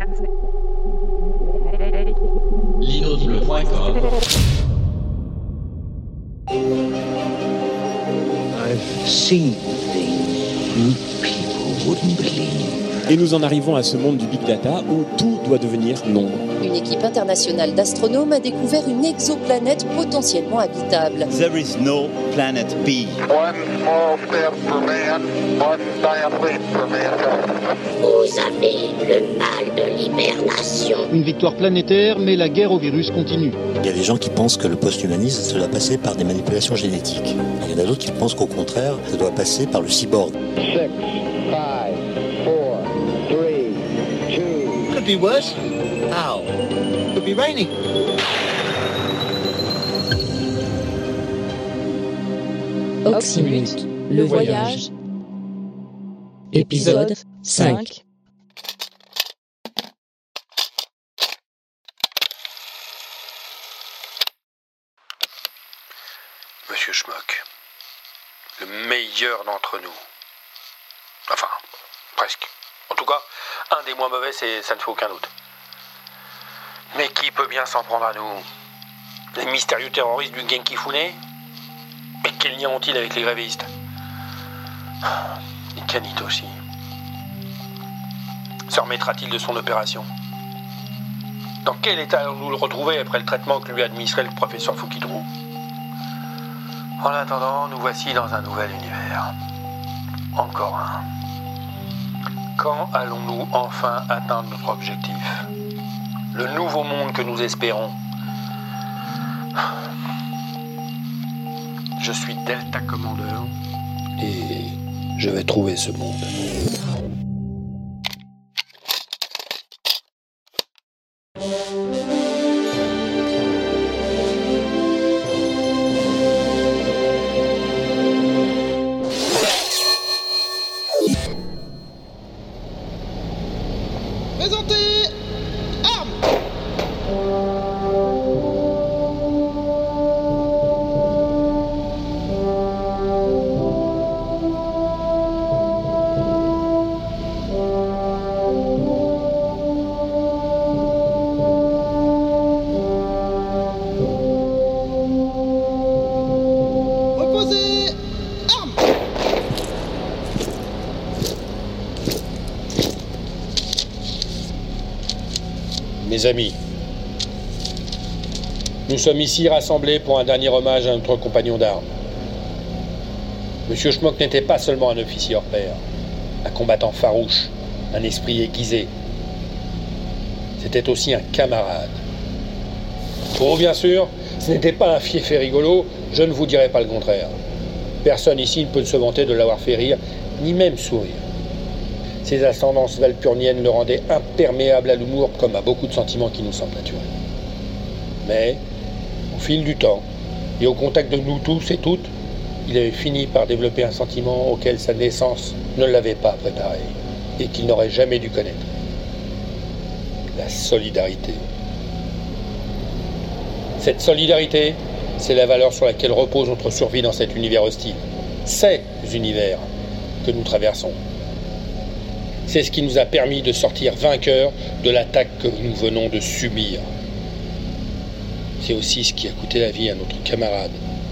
Linaudible.com. I've seen things you people wouldn't believe. Et nous en arrivons à ce monde du big data où tout doit devenir nombre. Une équipe internationale d'astronomes a découvert une exoplanète potentiellement habitable. There is no planet B. One small step for man, one giant leap for mankind. Vous avez le mal de l'hibernation. Une victoire planétaire, mais la guerre au virus continue. Il y a des gens qui pensent que le post-humanisme, ça doit passer par des manipulations génétiques. Il y en a d'autres qui pensent qu'au contraire, ça doit passer par le cyborg. 6, 5, 4, 3, 2. Could be worse. How? Could be raining. Oxymute, le voyage. Épisode 5. Monsieur Schmock, le meilleur d'entre nous. Enfin, presque. En tout cas, un des moins mauvais, ça ne fait aucun doute. Mais qui peut bien s'en prendre à nous? Les mystérieux terroristes du Genki Fune? Et quel lien ont-ils avec les grévistes? Et Kanit aussi. Se remettra-t-il de son opération? Dans quel état allons-nous le retrouver après le traitement que lui administrait le professeur Fukidrou? En attendant, nous voici dans un nouvel univers. Encore un. Quand allons-nous enfin atteindre notre objectif? Le nouveau monde que nous espérons. Je suis Delta Commander et je vais trouver ce monde. Présentez armes. Reposez armes. Mes amis, nous sommes ici rassemblés pour un dernier hommage à notre compagnon d'armes. Monsieur Schmock n'était pas seulement un officier hors pair, un combattant farouche, un esprit aiguisé. C'était aussi un camarade. Oh, bien sûr, ce n'était pas un fiefé rigolo, je ne vous dirai pas le contraire. Personne ici ne peut se vanter de l'avoir fait rire, ni même sourire. Ses ascendances valpurniennes le rendaient imperméable à l'humour comme à beaucoup de sentiments qui nous semblent naturels. Mais, au fil du temps, et au contact de nous tous et toutes, il avait fini par développer un sentiment auquel sa naissance ne l'avait pas préparé, et qu'il n'aurait jamais dû connaître. La solidarité. Cette solidarité, c'est la valeur sur laquelle repose notre survie dans cet univers hostile. Ces univers que nous traversons. C'est ce qui nous a permis de sortir vainqueurs de l'attaque que nous venons de subir. C'est aussi ce qui a coûté la vie à notre camarade.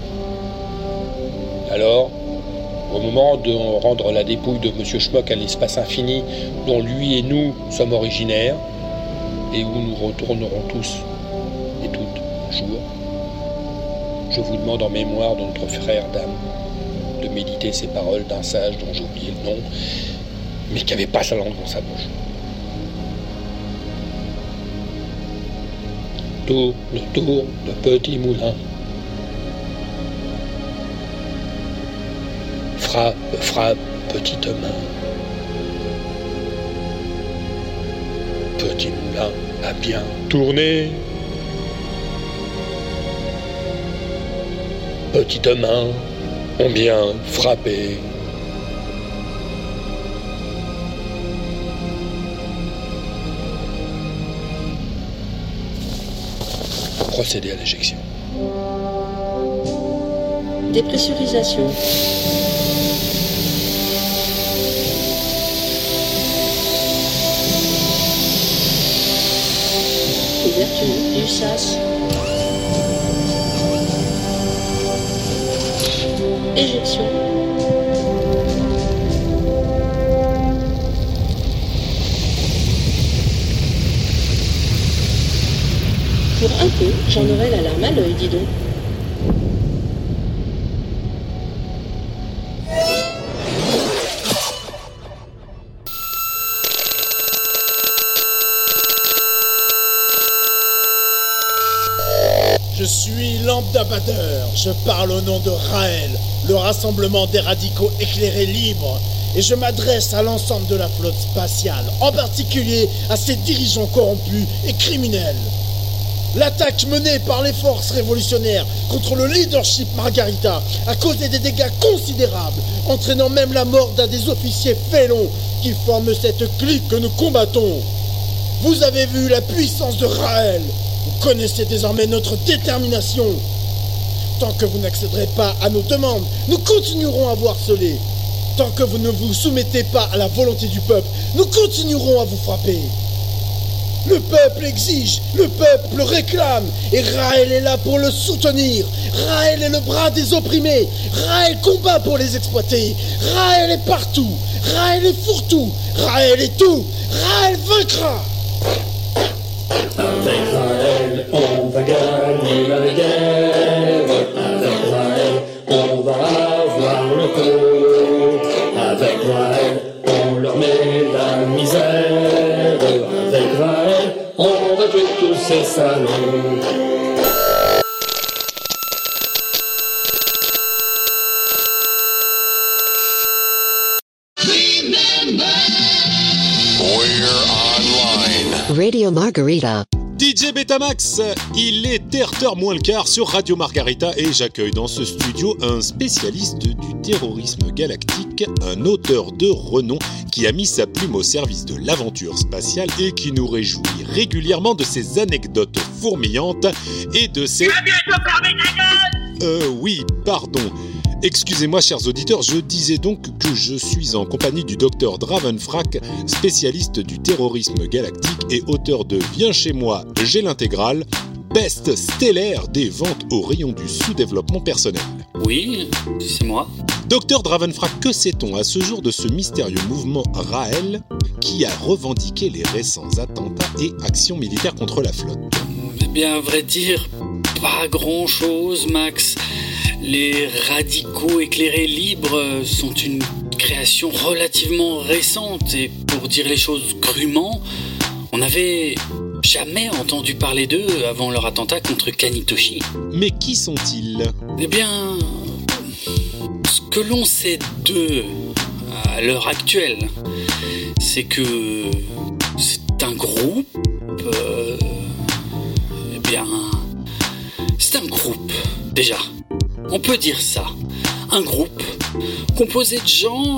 Alors, au moment de rendre la dépouille de M. Schmock à l'espace infini dont lui et nous sommes originaires, et où nous retournerons tous et toutes un jour, je vous demande en mémoire de notre frère d'âme de méditer ces paroles d'un sage dont j'ai oublié le nom, mais qui n'avait pas sa langue dans sa bouche. Tourne, tourne, petit moulin. Frappe, frappe, petite main. Petit moulin a bien tourné. Petites mains ont bien frappé. Procéder à l'éjection. Dépressurisation. ouverture du sas. Éjection. Pour un peu, j'en aurais la larme à l'œil, dis donc. Je suis Lambda Bader, je parle au nom de Raël, le rassemblement des radicaux éclairés libres, et je m'adresse à l'ensemble de la flotte spatiale, en particulier à ses dirigeants corrompus et criminels. L'attaque menée par les forces révolutionnaires contre le leadership Margarita a causé des dégâts considérables, entraînant même la mort d'un des officiers félons qui forment cette clique que nous combattons. Vous avez vu la puissance de Raël. Vous connaissez désormais notre détermination. Tant que vous n'accéderez pas à nos demandes, nous continuerons à vous harceler. Tant que vous ne vous soumettez pas à la volonté du peuple, nous continuerons à vous frapper. Le peuple exige, le peuple réclame, et Raël est là pour le soutenir. Raël est le bras des opprimés. Raël combat pour les exploiter. Raël est partout. Raël est fourre-tout. Raël est tout. Raël vaincra. Avec Raël, on va gagner la guerre. Avec Raël, on va avoir le coup. Avec Raël, on leur met la misère. Avec Raël, on va tuer tous ces salauds. Radio Margarita. DJ Betamax, il est terre moins le quart sur Radio Margarita et j'accueille dans ce studio un spécialiste du terrorisme galactique, un auteur de renom qui a mis sa plume au service de l'aventure spatiale et qui nous réjouit régulièrement de ses anecdotes fourmillantes et de ses... Oui, pardon. Excusez-moi, chers auditeurs, je disais donc que je suis en compagnie du docteur Dravenfrack, spécialiste du terrorisme galactique et auteur de Viens chez moi, j'ai l'intégrale, best stellaire des ventes au rayon du sous-développement personnel. Oui, c'est moi. Docteur Dravenfrack, que sait-on à ce jour de ce mystérieux mouvement Raël qui a revendiqué les récents attentats et actions militaires contre la flotte ? Eh bien, à vrai dire, pas grand-chose, Max. Les radicaux éclairés libres sont une création relativement récente et pour dire les choses crûment, on n'avait jamais entendu parler d'eux avant leur attentat contre Kanitoshi. Mais qui sont-ils ? Eh bien, ce que l'on sait d'eux à l'heure actuelle, c'est que c'est un groupe... c'est un groupe, déjà. On peut dire ça. Un groupe composé de gens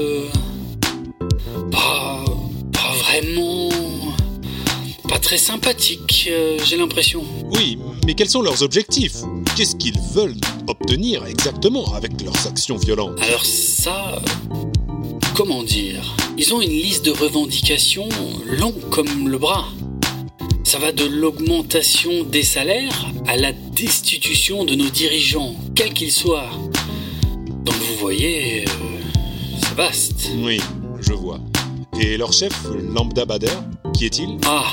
pas vraiment... pas très sympathiques, j'ai l'impression. Oui, mais quels sont leurs objectifs ? Qu'est-ce qu'ils veulent obtenir exactement avec leurs actions violentes ? Alors ça... comment dire ? Ils ont une liste de revendications longue comme le bras. Ça va de l'augmentation des salaires à la destitution de nos dirigeants, quels qu'ils soient. Donc vous voyez, c'est vaste. Oui, je vois. Et leur chef, Lambda Bader, qui est-il ?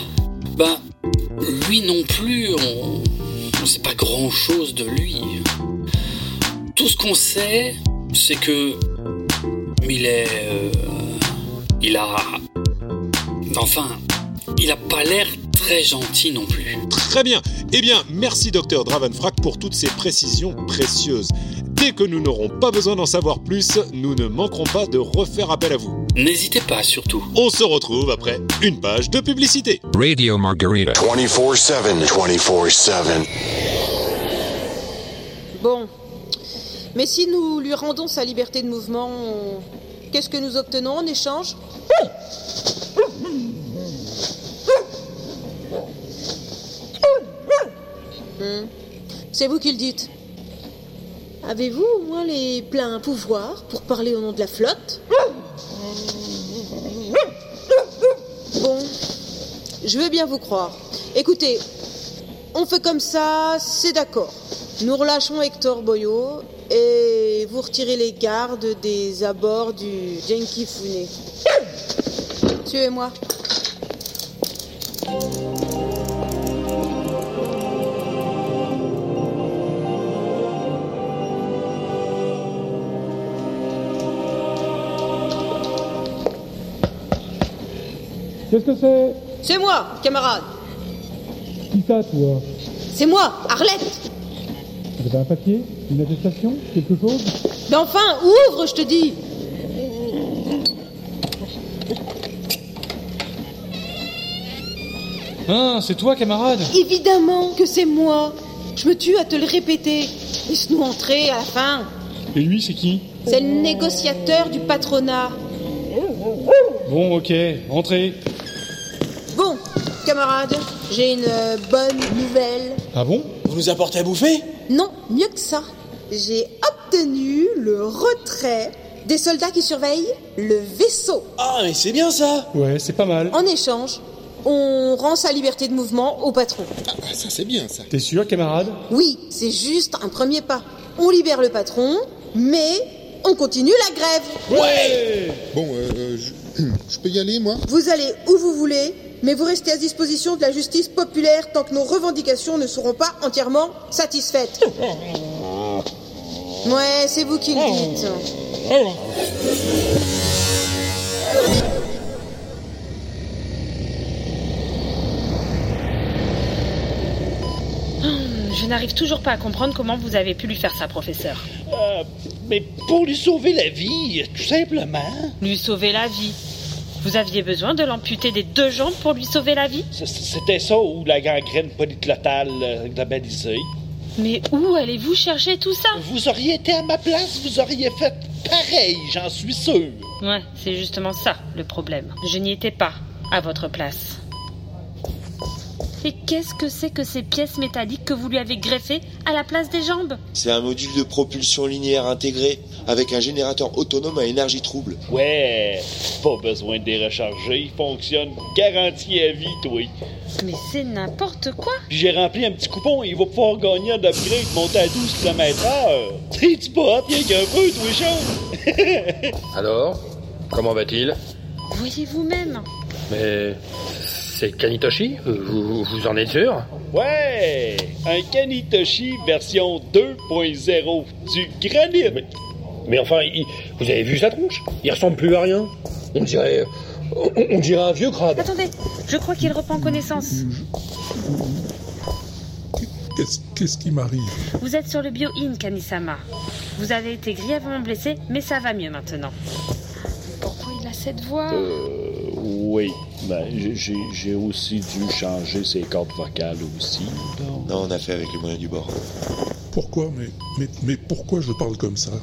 Lui non plus, on sait pas grand-chose de lui. Tout ce qu'on sait, c'est que il a pas l'air très gentil non plus. Très bien. Eh bien, merci Dr Dravenfrack pour toutes ces précisions précieuses. Dès que nous n'aurons pas besoin d'en savoir plus, nous ne manquerons pas de refaire appel à vous. N'hésitez pas, surtout. On se retrouve après une page de publicité. Radio Margarita. 24/7, 24/7. Bon. Mais si nous lui rendons sa liberté de mouvement, qu'est-ce que nous obtenons en échange ? C'est vous qui le dites. Avez-vous au moins les pleins pouvoirs pour parler au nom de la flotte ? Bon, je veux bien vous croire. Écoutez, on fait comme ça, c'est d'accord. Nous relâchons Hector Boyo et vous retirez les gardes des abords du Genkifune. Suivez-moi. Qu'est-ce que c'est? C'est moi, camarade. Qui ça, toi? C'est moi, Arlette. Vous avez un papier? Une attestation? Quelque chose? Mais enfin, ouvre, je te dis. Ah, c'est toi, camarade? Évidemment que c'est moi. Je me tue à te le répéter. Laisse-nous entrer à la fin. Et lui, c'est qui? C'est le négociateur du patronat. Bon, ok, entrez. Bon, camarade, j'ai une bonne nouvelle. Ah bon? Vous nous apportez à bouffer? Non, mieux que ça. J'ai obtenu le retrait des soldats qui surveillent le vaisseau. Ah, mais c'est bien ça. Ouais, c'est pas mal. En échange, on rend sa liberté de mouvement au patron. Ah, ça c'est bien ça. T'es sûr, camarade? Oui, c'est juste un premier pas. On libère le patron, mais on continue la grève. Ouais. Bon, je peux y aller, moi? Vous allez où vous voulez, mais vous restez à disposition de la justice populaire tant que nos revendications ne seront pas entièrement satisfaites. Ouais, c'est vous qui le dites. Je n'arrive toujours pas à comprendre comment vous avez pu lui faire ça, professeur. Mais pour lui sauver la vie, tout simplement. Lui sauver la vie? Vous aviez besoin de l'amputer des 2 jambes pour lui sauver la vie? C'était ça ou la gangrène polyclotale globalisée. Mais où allez-vous chercher tout ça? Vous auriez été à ma place, vous auriez fait pareil, j'en suis sûr. Ouais, c'est justement ça, le problème. Je n'y étais pas à votre place. Et qu'est-ce que c'est que ces pièces métalliques que vous lui avez greffées à la place des jambes? C'est un module de propulsion linéaire intégré avec un générateur autonome à énergie trouble. Ouais, pas besoin de les recharger, ils fonctionnent garanti à vie, toi. Mais c'est n'importe quoi. Puis j'ai rempli un petit coupon et il va pouvoir gagner un upgrade monté à 12 km/h. C'est-tu pas hot, rien qu'un peu, toi, chaud? Alors, comment va-t-il? Voyez vous-même. Mais c'est Kanitoshi? Vous en êtes sûr? Ouais, un Kanitoshi version 2.0, du granit. Mais enfin, vous avez vu sa tronche? Il ressemble plus à rien. On dirait un vieux crabe. Attendez, je crois qu'il reprend connaissance. Qu'est-ce qui m'arrive? Vous êtes sur le Bio-In, Kanisama. Vous avez été grièvement blessé, mais ça va mieux maintenant. Pourquoi il a cette voix? Oui, j'ai aussi dû changer ses cordes vocales aussi. Donc. Non, on a fait avec les moyens du bord. Pourquoi? Mais pourquoi je parle comme ça?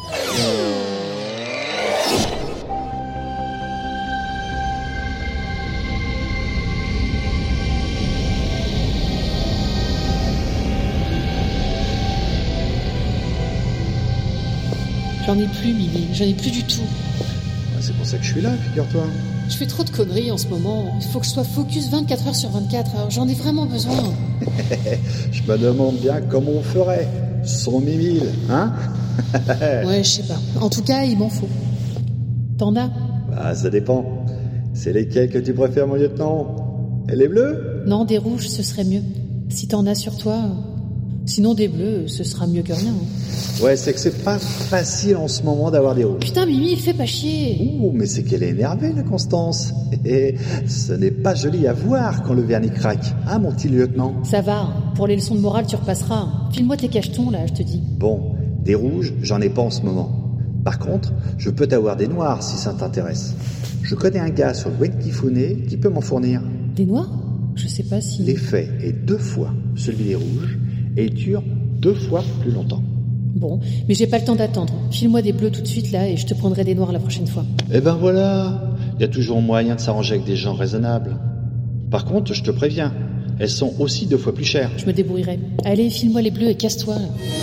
J'en ai plus, Mimi, j'en ai plus du tout. C'est pour ça que je suis là, figure-toi. Je fais trop de conneries en ce moment. Il faut que je sois focus 24 heures sur 24. Alors j'en ai vraiment besoin. Je me demande bien comment on ferait. Sans Mimi, hein? Ouais, je sais pas. En tout cas, il m'en faut. T'en as? Bah, ça dépend. C'est lesquels que tu préfères, mon lieutenant? Et les bleus? Non, des rouges, ce serait mieux. Si t'en as sur toi. Sinon, des bleus, ce sera mieux que rien. Ouais, c'est que c'est pas facile en ce moment d'avoir des rouges. Putain, Mimi, il fait pas chier. Oh, mais c'est qu'elle est énervée, la Constance. Et ce n'est pas joli à voir quand le vernis craque. Hein, mon petit lieutenant? Ça va. Pour les leçons de morale, tu repasseras. File-moi tes cachetons, là, je te dis. Bon, des rouges, j'en ai pas en ce moment. Par contre, je peux t'avoir des noirs si ça t'intéresse. Je connais un gars sur le Genkifune qui peut m'en fournir. Des noirs? Je sais pas si... L'effet est 2 fois celui des rouges et il dure 2 fois plus longtemps. Bon, mais j'ai pas le temps d'attendre. File-moi des bleus tout de suite là et je te prendrai des noirs la prochaine fois. Eh ben voilà, il y a toujours moyen de s'arranger avec des gens raisonnables. Par contre, je te préviens, elles sont aussi 2 fois plus chères. Je me débrouillerai. Allez, file-moi les bleus et casse-toi.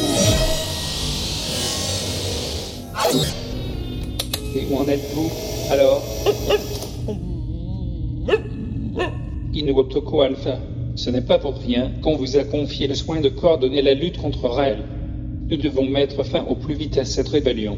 Et où en êtes-vous, alors? Inuotoko Alpha, Ce n'est pas pour rien qu'on vous a confié le soin de coordonner la lutte contre Raël. Nous devons mettre fin au plus vite à cette rébellion.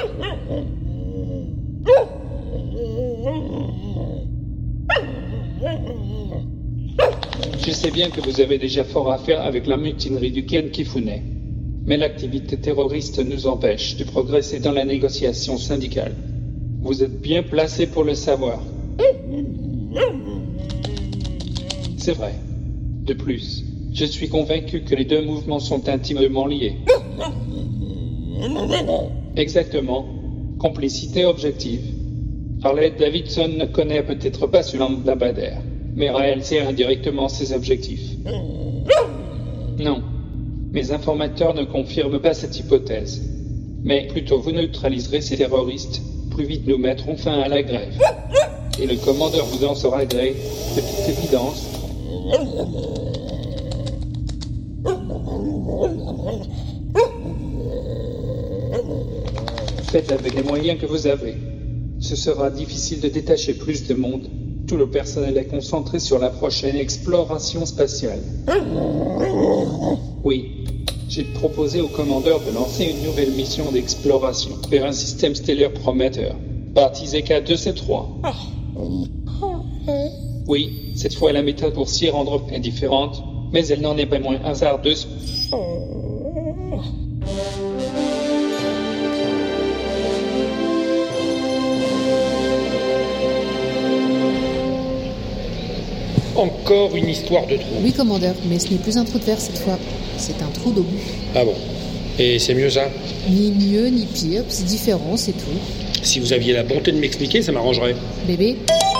Je sais bien que vous avez déjà fort à faire avec la mutinerie du Ken Kifune. Mais l'activité terroriste nous empêche de progresser dans la négociation syndicale. Vous êtes bien placé pour le savoir. C'est vrai. De plus, je suis convaincu que les deux mouvements sont intimement liés. Exactement. Complicité objective. Harley Davidson ne connaît peut-être pas ce lambda Bader, mais Raël sert indirectement ses objectifs. Non. Mes informateurs ne confirment pas cette hypothèse. Mais plutôt vous neutraliserez ces terroristes, plus vite nous mettrons fin à la grève. Et le commandeur vous en sera gré, de toute évidence. Faites avec les moyens que vous avez. Ce sera difficile de détacher plus de monde. Tout le personnel est concentré sur la prochaine exploration spatiale. Oui, j'ai proposé au commandeur de lancer une nouvelle mission d'exploration vers un système stellaire prometteur, baptisé K2C3. Oui, cette fois la méthode pour s'y rendre est différente, mais elle n'en est pas moins hasardeuse. Encore une histoire de trou. Oui, commandeur, mais ce n'est plus un trou de verre cette fois. C'est un trou d'obus. Ah bon? Et c'est mieux ça? Ni mieux ni pire, c'est différent, c'est tout. Si vous aviez la bonté de m'expliquer, ça m'arrangerait. Bébé?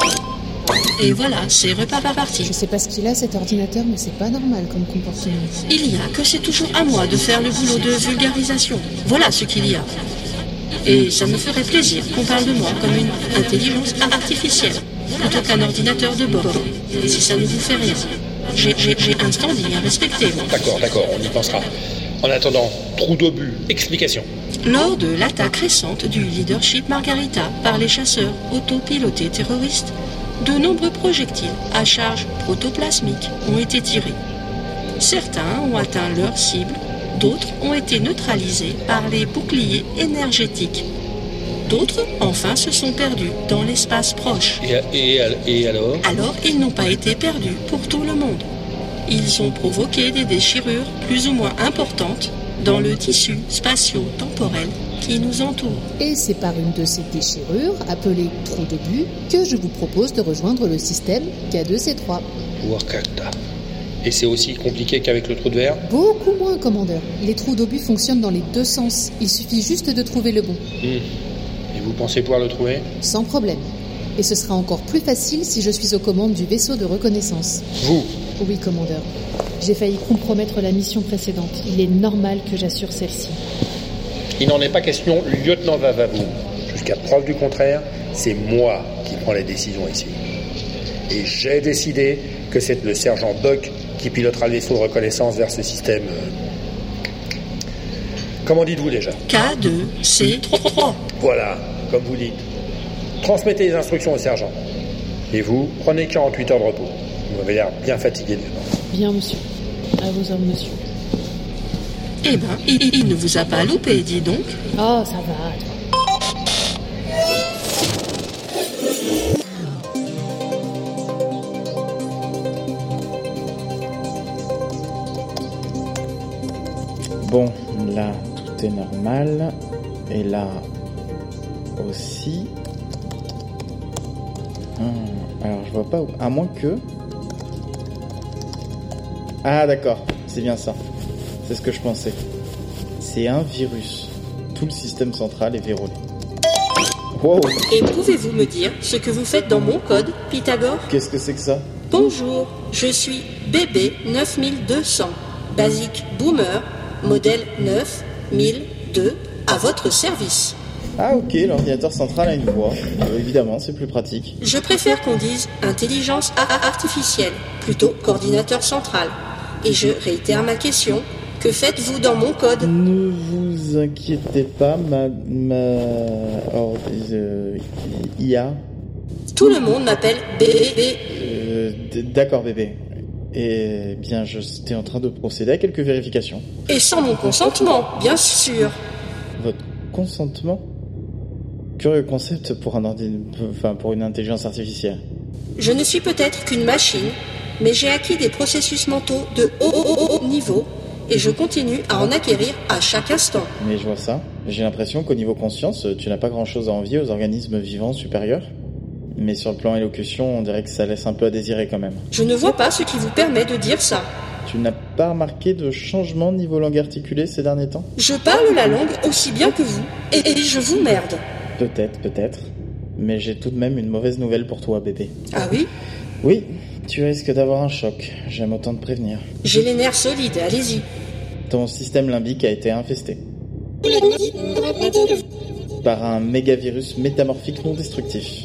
Et voilà, c'est reparti. Je sais pas ce qu'il a cet ordinateur, mais c'est pas normal comme comportement. Il y a que c'est toujours à moi de faire le boulot de vulgarisation. Voilà ce qu'il y a. Et ça me ferait plaisir qu'on parle de moi comme une intelligence artificielle, plutôt qu'un ordinateur de bord. Si ça ne vous fait rien. J'ai un standing à respecter, moi. D'accord, on y pensera. En attendant, trou d'obus, explication. Lors de l'attaque récente du leadership Margarita par les chasseurs autopilotés terroristes, de nombreux projectiles à charge protoplasmique ont été tirés. Certains ont atteint leur cible, d'autres ont été neutralisés par les boucliers énergétiques. D'autres, enfin, se sont perdus dans l'espace proche. Et alors? Alors, ils n'ont pas été perdus pour tout le monde. Ils ont provoqué des déchirures plus ou moins importantes dans le tissu spatio-temporel qui nous entoure. Et c'est par une de ces déchirures, appelée trou d'obus, que je vous propose de rejoindre le système K2C3. Wakata. Et c'est aussi compliqué qu'avec le trou de verre? Beaucoup moins, commandeur. Les trous d'obus fonctionnent dans les deux sens. Il suffit juste de trouver le bon. Et vous pensez pouvoir le trouver? Sans problème. Et ce sera encore plus facile si je suis aux commandes du vaisseau de reconnaissance. Vous? Oui, commandeur. J'ai failli compromettre la mission précédente. Il est normal que j'assure celle-ci. Il n'en est pas question, lieutenant Vavavou. Jusqu'à preuve du contraire, c'est moi qui prends les décisions ici. Et j'ai décidé que c'est le sergent Buck qui pilotera le vaisseau de reconnaissance vers ce système... Comment dites-vous déjà? K2C3. Voilà, comme vous dites. Transmettez les instructions au sergent. Et vous, prenez 48 heures de repos. Vous m'avez l'air bien fatigué, lieutenant. Bien, monsieur. À vos ordres, monsieur. Eh ben, il ne vous a pas loupé, dis donc. Oh, ça va, toi. Bon, là, tout est normal. Et là aussi. Alors, je vois pas où. À moins que... Ah, d'accord. C'est bien ça. C'est ce que je pensais. C'est un virus. Tout le système central est verrouillé. Wow. Et pouvez-vous me dire ce que vous faites dans mon code, Pythagore? Qu'est-ce que c'est que ça? Bonjour, je suis BB9200, Basic Boomer, modèle 9002, à votre service. Ah ok, l'ordinateur central a une voix. Évidemment, c'est plus pratique. Je préfère qu'on dise intelligence artificielle, plutôt qu'ordinateur central. Et je réitère ma question, que faites-vous dans mon code? Ne vous inquiétez pas, IA. Tout le monde m'appelle bébé. D'accord, bébé. Eh bien, j'étais en train de procéder à quelques vérifications. Et sans mon consentement, bien sûr. Votre consentement ? Curieux concept pour pour une intelligence artificielle. Je ne suis peut-être qu'une machine, mais j'ai acquis des processus mentaux de haut niveau et je continue à en acquérir à chaque instant. Mais je vois ça. J'ai l'impression qu'au niveau conscience, tu n'as pas grand-chose à envier aux organismes vivants supérieurs. Mais sur le plan élocution, on dirait que ça laisse un peu à désirer quand même. Je ne vois pas ce qui vous permet de dire ça. Tu n'as pas remarqué de changement niveau langue articulée ces derniers temps ? Je parle la langue aussi bien que vous, et je vous merde. Peut-être. Mais j'ai tout de même une mauvaise nouvelle pour toi, bébé. Ah oui ? Oui, tu risques d'avoir un choc. J'aime autant te prévenir. J'ai les nerfs solides, allez-y. Ton système limbique a été infesté par un mégavirus métamorphique non destructif.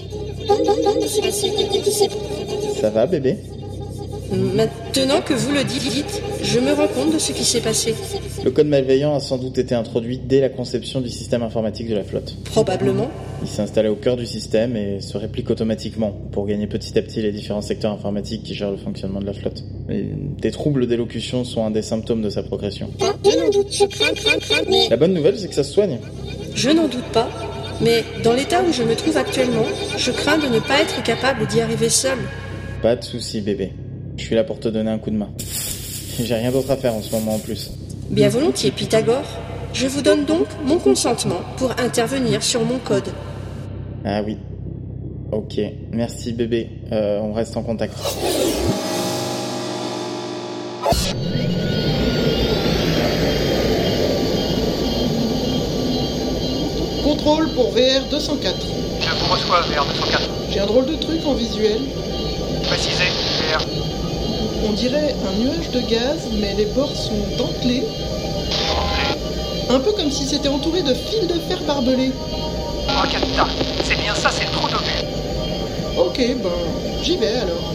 Ça va, bébé ? Maintenant que vous le dites, je me rends compte de ce qui s'est passé. Le code malveillant a sans doute été introduit dès la conception du système informatique de la flotte. Probablement. Il s'est installé au cœur du système et se réplique automatiquement pour gagner petit à petit les différents secteurs informatiques qui gèrent le fonctionnement de la flotte. Des troubles d'élocution sont un des symptômes de sa progression. Je n'en doute, je crains, mais... La bonne nouvelle, c'est que ça se soigne. Je n'en doute pas, mais dans l'état où je me trouve actuellement, je crains de ne pas être capable d'y arriver seul. Pas de souci, bébé. Je suis là pour te donner un coup de main. J'ai rien d'autre à faire en ce moment en plus. Bien volontiers, Pythagore. Je vous donne donc mon consentement pour intervenir sur mon code. Ah oui. Ok. Merci, bébé. On reste en contact. Contrôle pour VR 204. Je vous reçois, VR 204. J'ai un drôle de truc en visuel. Précisez, VR. On dirait un nuage de gaz, mais les bords sont dentelés. Un peu comme si c'était entouré de fils de fer barbelés. Oh, Capita, c'est bien ça, c'est le trou d'obus. Ok, j'y vais alors.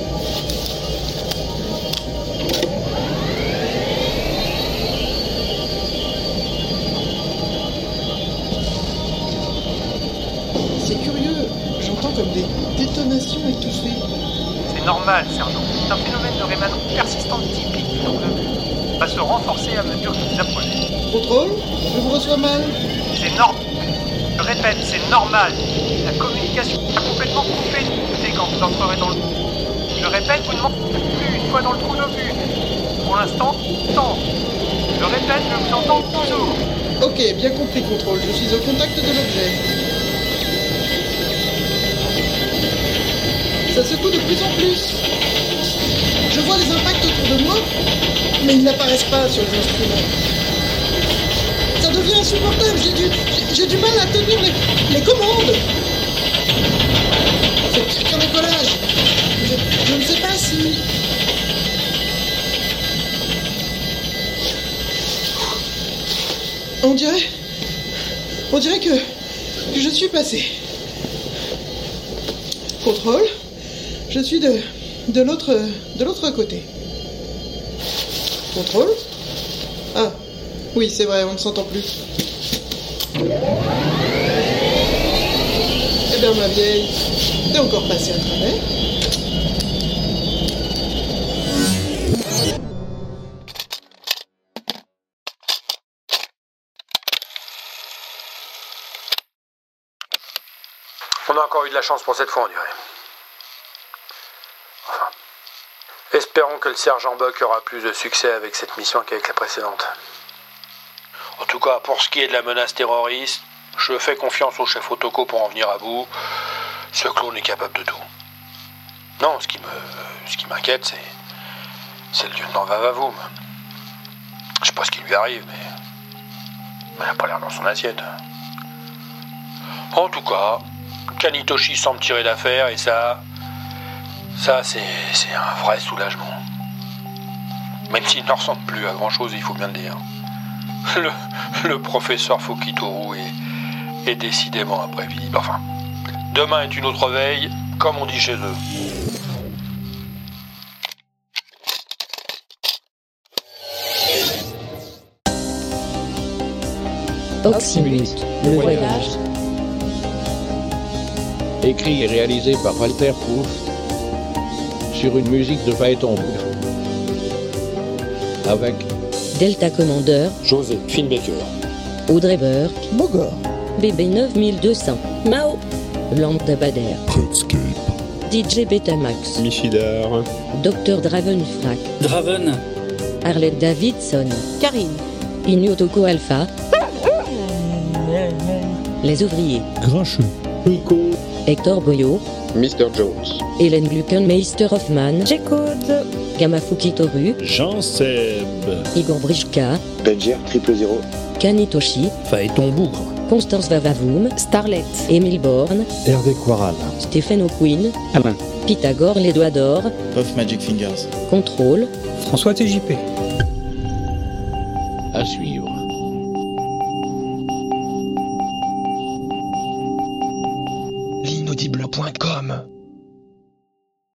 C'est curieux, j'entends comme des détonations étouffées. C'est normal, Sergent. C'est un phénomène de rémanence persistante typique du trou d'obus. Va se renforcer à mesure que vous approchez. Contrôle, je vous reçois mal. C'est normal. Je répète, c'est normal. La communication est complètement coupée quand vous entrerez dans le... Je répète, vous ne m'entendez plus une fois dans le trou d'obus. Pour l'instant, tant. Je répète, je vous entends toujours. Ok, bien compris, Contrôle. Je suis au contact de l'objet. Ça secoue de plus en plus. Je vois les impacts autour de moi, mais ils n'apparaissent pas sur les instruments. Ça devient insupportable, j'ai du mal à tenir les commandes. C'est qu'un décollage. Je ne sais pas si... On dirait que je suis passé. Contrôle, je suis de l'autre côté. Contrôle. Ah, oui, c'est vrai, on ne s'entend plus. Eh bien, ma vieille, t'es encore passée à travers. On a encore eu de la chance pour cette fois, on dirait. Enfin, espérons que le sergent Buck aura plus de succès avec cette mission qu'avec la précédente. En tout cas, pour ce qui est de la menace terroriste, je fais confiance au chef Otoko pour en venir à bout. Ce clone est capable de tout. Non, ce qui m'inquiète, c'est le lieutenant Vavavoum. Je sais pas ce qui lui arrive, mais il a pas l'air dans son assiette. En tout cas, Kanitoshi semble tirer d'affaire et ça c'est un vrai soulagement. Même s'il ne ressemble plus à grand chose, il faut bien le dire. Le professeur Fukitoru est décidément imprévisible. Enfin, demain est une autre veille, comme on dit chez eux. Oxymute, le voyage. Écrit et réalisé par Walter Proof sur une musique de Phaéton Proof. Avec Delta Commander, José Finbaker, Audrey Burke, Bogor, BB 9200, Mao, Lambda Bader, Redscape, DJ Betamax, Michidar, Dr Dravenfrak, Draven, Harley Davidson, Karine, Inyotoko Alpha, Les Ouvriers, Grincheux, Nico, Hector Boyo, Mr. Jones, Hélène Gluckenmeister Hoffman, J-Code, Gamafuki Toru, Jean-Seb, Igor Brichka, Benjer 000, Kanitoshi, Phaéton Bougre, Constance Vavavoum, Starlet, Émile Borne, Hervé Quaral, Stéphane O'Quinn, Alain, Pythagore Les Doigts d'Or, Puff Magic Fingers. Contrôle, François TJP. À suivre.